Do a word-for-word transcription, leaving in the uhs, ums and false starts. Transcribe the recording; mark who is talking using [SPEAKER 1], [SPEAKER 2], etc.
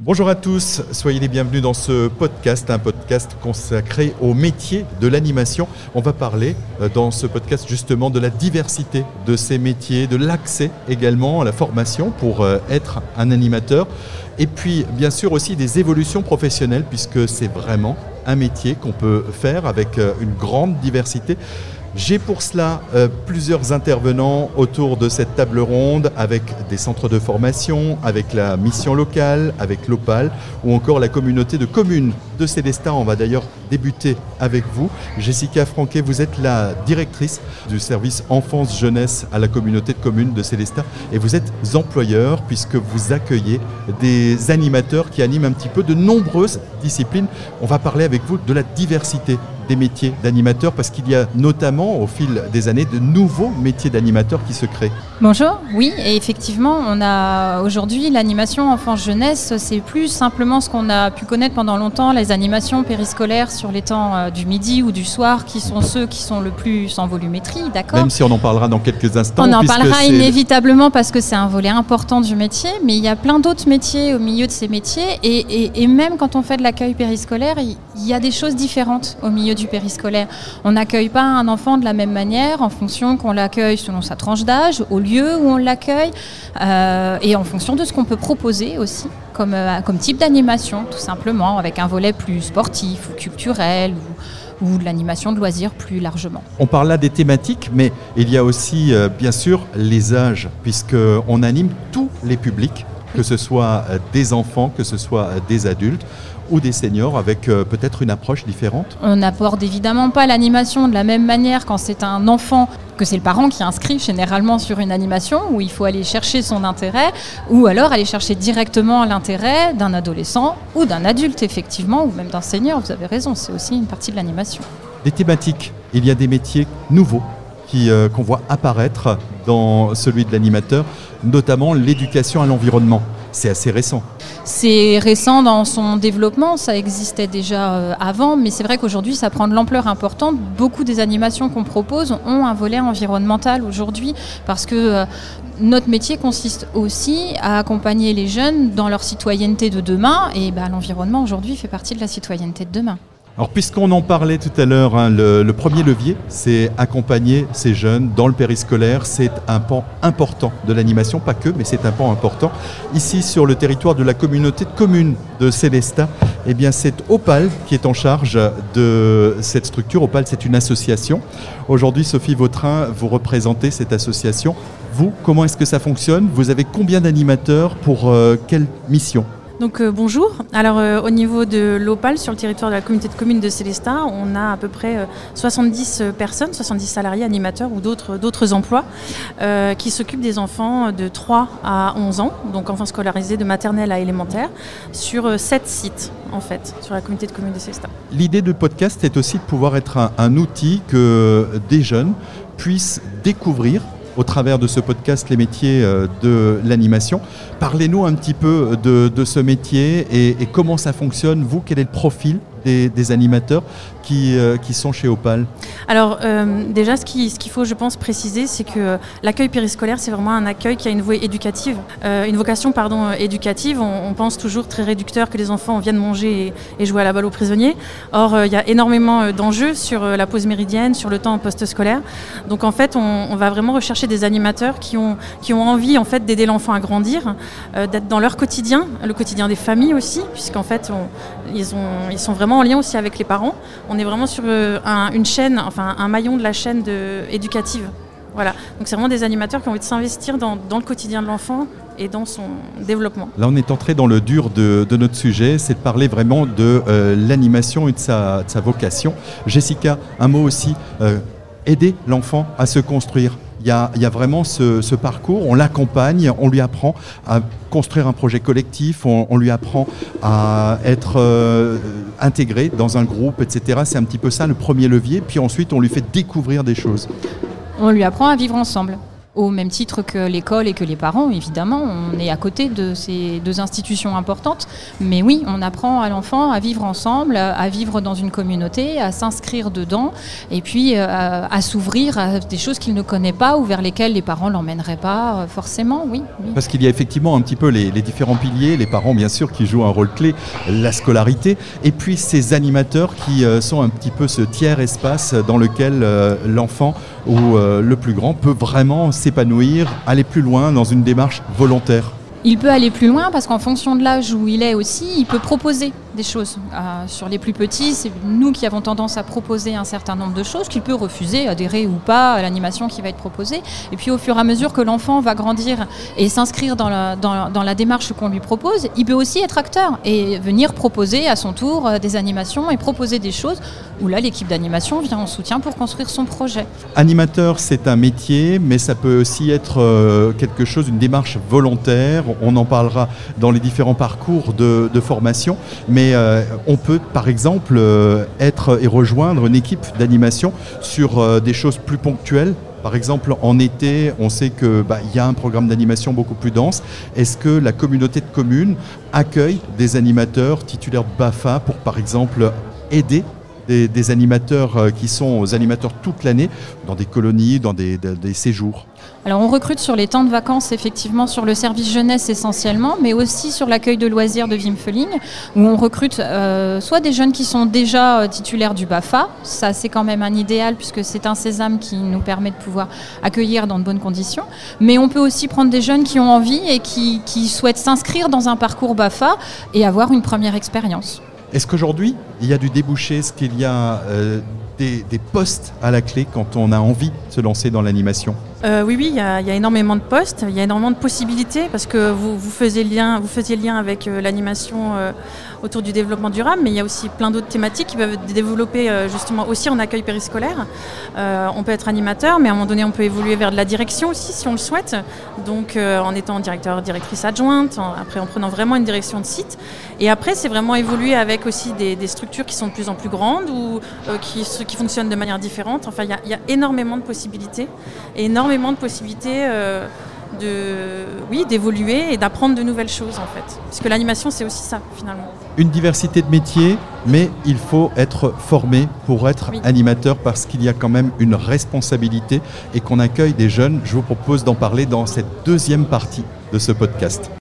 [SPEAKER 1] Bonjour à tous, soyez les bienvenus dans ce podcast, un podcast consacré au métier de l'animation. On va parler dans ce podcast justement de la diversité de ces métiers, de l'accès également à la formation pour être un animateur et puis bien sûr aussi des évolutions professionnelles puisque c'est vraiment un métier qu'on peut faire avec une grande diversité. J'ai pour cela euh, plusieurs intervenants autour de cette table ronde avec des centres de formation, avec la mission locale, avec l'Opale ou encore la communauté de communes de Célestat. On va d'ailleurs débuter avec vous. Jessica Franquet, vous êtes la directrice du service enfance-jeunesse à la communauté de communes de Célestat et vous êtes employeur puisque vous accueillez des animateurs qui animent un petit peu de nombreuses disciplines. On va parler avec vous de la diversité des métiers d'animateurs parce qu'il y a notamment au fil des années de nouveaux métiers d'animateurs qui se créent.
[SPEAKER 2] Bonjour, oui, et effectivement, on a aujourd'hui l'animation enfance-jeunesse, c'est plus simplement ce qu'on a pu connaître pendant longtemps, les animations périscolaires sur les temps euh, du midi ou du soir, qui sont ceux qui sont le plus en volumétrie, d'accord ?
[SPEAKER 1] Même si on en parlera dans quelques instants.
[SPEAKER 2] On en parlera inévitablement parce que c'est un volet important du métier, mais il y a plein d'autres métiers au milieu de ces métiers, et, et, et même quand on fait de l'accueil périscolaire, il, il y a des choses différentes au milieu du périscolaire. On n'accueille pas un enfant de la même manière en fonction qu'on l'accueille selon sa tranche d'âge, au lieu où on l'accueille euh, et en fonction de ce qu'on peut proposer aussi comme, euh, comme type d'animation, tout simplement, avec un volet plus sportif ou culturel ou, ou de l'animation de loisirs plus largement.
[SPEAKER 1] On parle là des thématiques, mais il y a aussi euh, bien sûr les âges, puisqu'on anime tous les publics, que ce soit des enfants, que ce soit des adultes ou des seniors avec euh, peut-être une approche différente.
[SPEAKER 2] On n'aborde évidemment pas l'animation de la même manière quand c'est un enfant que c'est le parent qui inscrit généralement sur une animation où il faut aller chercher son intérêt ou alors aller chercher directement l'intérêt d'un adolescent ou d'un adulte effectivement ou même d'un senior, vous avez raison, c'est aussi une partie de l'animation.
[SPEAKER 1] Des thématiques, il y a des métiers nouveaux qui, euh, qu'on voit apparaître dans celui de l'animateur, notamment l'éducation à l'environnement. C'est assez récent.
[SPEAKER 2] C'est récent dans son développement, ça existait déjà euh, avant, mais c'est vrai qu'aujourd'hui ça prend de l'ampleur importante. Beaucoup des animations qu'on propose ont un volet environnemental aujourd'hui parce que euh, notre métier consiste aussi à accompagner les jeunes dans leur citoyenneté de demain et bah, l'environnement aujourd'hui fait partie de la citoyenneté de demain.
[SPEAKER 1] Alors puisqu'on en parlait tout à l'heure, hein, le, le premier levier, c'est accompagner ces jeunes dans le périscolaire. C'est un pan important de l'animation, pas que, mais c'est un pan important. Ici, sur le territoire de la communauté de communes de Célestat, eh bien, c'est Opale qui est en charge de cette structure. Opale, c'est une association. Aujourd'hui, Sophie Vautrin, vous représentez cette association. Vous, comment est-ce que ça fonctionne ? Vous avez combien d'animateurs pour euh, quelle mission ?
[SPEAKER 3] Donc euh, bonjour, alors euh, au niveau de l'Opale, sur le territoire de la communauté de communes de Célestat, on a à peu près euh, soixante-dix personnes, soixante-dix salariés, animateurs ou d'autres, d'autres emplois euh, qui s'occupent des enfants de trois à onze ans, donc enfants scolarisés de maternelle à élémentaire, sur euh, sept sites en fait, sur la communauté de communes de Célestat.
[SPEAKER 1] L'idée de podcast est aussi de pouvoir être un, un outil que des jeunes puissent découvrir au travers de ce podcast, les métiers de l'animation. Parlez-nous un petit peu de, de ce métier et, et comment ça fonctionne. Vous, quel est le profil des, des animateurs qui, euh, qui sont chez Opale ?
[SPEAKER 3] Alors euh, déjà, ce, qui, ce qu'il faut, je pense, préciser, c'est que l'accueil périscolaire, c'est vraiment un accueil qui a une voie éducative, euh, une vocation pardon, éducative. On, on pense toujours très réducteur que les enfants viennent manger et, et jouer à la balle aux prisonniers. Or, euh, il y a énormément d'enjeux sur la pause méridienne, sur le temps post-scolaire. Donc en fait, on, on va vraiment rechercher des animateurs qui ont, qui ont envie en fait, d'aider l'enfant à grandir, euh, d'être dans leur quotidien, le quotidien des familles aussi, puisqu'en fait, on, ils, ont, ils sont vraiment en lien aussi avec les parents. On est vraiment sur euh, un, une chaîne, enfin un maillon de la chaîne de, éducative. Voilà. Donc c'est vraiment des animateurs qui ont envie de s'investir dans, dans le quotidien de l'enfant et dans son développement.
[SPEAKER 1] Là, on est entré dans le dur de, de notre sujet, c'est de parler vraiment de euh, l'animation et de sa, de sa vocation. Jessica, un mot aussi, euh, aider l'enfant à se construire. Il y a, il y a vraiment ce, ce parcours, on l'accompagne, on lui apprend à construire un projet collectif, on, on lui apprend à être euh, intégré dans un groupe, et cetera. C'est un petit peu ça le premier levier, puis ensuite on lui fait découvrir des choses.
[SPEAKER 2] On lui apprend à vivre ensemble. au même titre que l'école et que les parents, évidemment. On est à côté de ces deux institutions importantes. Mais oui, on apprend à l'enfant à vivre ensemble, à vivre dans une communauté, à s'inscrire dedans, et puis euh, à s'ouvrir à des choses qu'il ne connaît pas ou vers lesquelles les parents ne l'emmèneraient pas forcément, oui, oui.
[SPEAKER 1] Parce qu'il y a effectivement un petit peu les, les différents piliers, les parents bien sûr qui jouent un rôle clé, la scolarité, et puis ces animateurs qui euh, sont un petit peu ce tiers espace dans lequel euh, l'enfant ou euh, le plus grand peut vraiment s'épanouir, aller plus loin dans une démarche volontaire.
[SPEAKER 2] Il peut aller plus loin parce qu'en fonction de l'âge où il est aussi, il peut proposer des choses. Euh, sur les plus petits, c'est nous qui avons tendance à proposer un certain nombre de choses qu'il peut refuser, adhérer ou pas à l'animation qui va être proposée. Et puis au fur et à mesure que l'enfant va grandir et s'inscrire dans la, dans, dans la démarche qu'on lui propose, il peut aussi être acteur et venir proposer à son tour des animations et proposer des choses où là l'équipe d'animation vient en soutien pour construire son projet.
[SPEAKER 1] Animateur, c'est un métier, mais ça peut aussi être euh, quelque chose, une démarche volontaire. On en parlera dans les différents parcours de, de formation, mais euh, on peut par exemple euh, être et rejoindre une équipe d'animation sur euh, des choses plus ponctuelles. Par exemple, en été, on sait qu'il bah, y a un programme d'animation beaucoup plus dense. Est-ce que la communauté de communes accueille des animateurs titulaires de B A F A pour, par exemple, aider des, des animateurs euh, qui sont aux animateurs toute l'année, dans des colonies, dans des, des, des séjours ?
[SPEAKER 2] Alors on recrute sur les temps de vacances, effectivement sur le service jeunesse essentiellement, mais aussi sur l'accueil de loisirs de Wimfeling, où on recrute euh, soit des jeunes qui sont déjà euh, titulaires du B A F A, ça c'est quand même un idéal puisque c'est un sésame qui nous permet de pouvoir accueillir dans de bonnes conditions, mais on peut aussi prendre des jeunes qui ont envie et qui, qui souhaitent s'inscrire dans un parcours B A F A et avoir une première expérience.
[SPEAKER 1] Est-ce qu'aujourd'hui, il y a du débouché, est-ce qu'il y a euh, des, des postes à la clé quand on a envie de se lancer dans l'animation ?
[SPEAKER 3] Euh, oui, oui, il y, a, il y a énormément de postes, il y a énormément de possibilités parce que vous, vous, faisiez, lien, vous faisiez lien avec euh, l'animation euh, autour du développement durable, mais il y a aussi plein d'autres thématiques qui peuvent être développées euh, justement aussi en accueil périscolaire. Euh, on peut être animateur, mais à un moment donné, on peut évoluer vers de la direction aussi si on le souhaite, donc euh, en étant directeur, directrice adjointe, en, après en prenant vraiment une direction de site. Et après, c'est vraiment évoluer avec aussi des, des structures qui sont de plus en plus grandes ou euh, qui, qui fonctionnent de manière différente. Enfin, il y a, il y a énormément de possibilités, énormément de possibilités euh, de, oui, d'évoluer et d'apprendre de nouvelles choses en fait. Parce que l'animation, c'est aussi ça finalement.
[SPEAKER 1] Une diversité de métiers, mais il faut être formé pour être oui. animateur parce qu'il y a quand même une responsabilité et qu'on accueille des jeunes. Je vous propose d'en parler dans cette deuxième partie de ce podcast.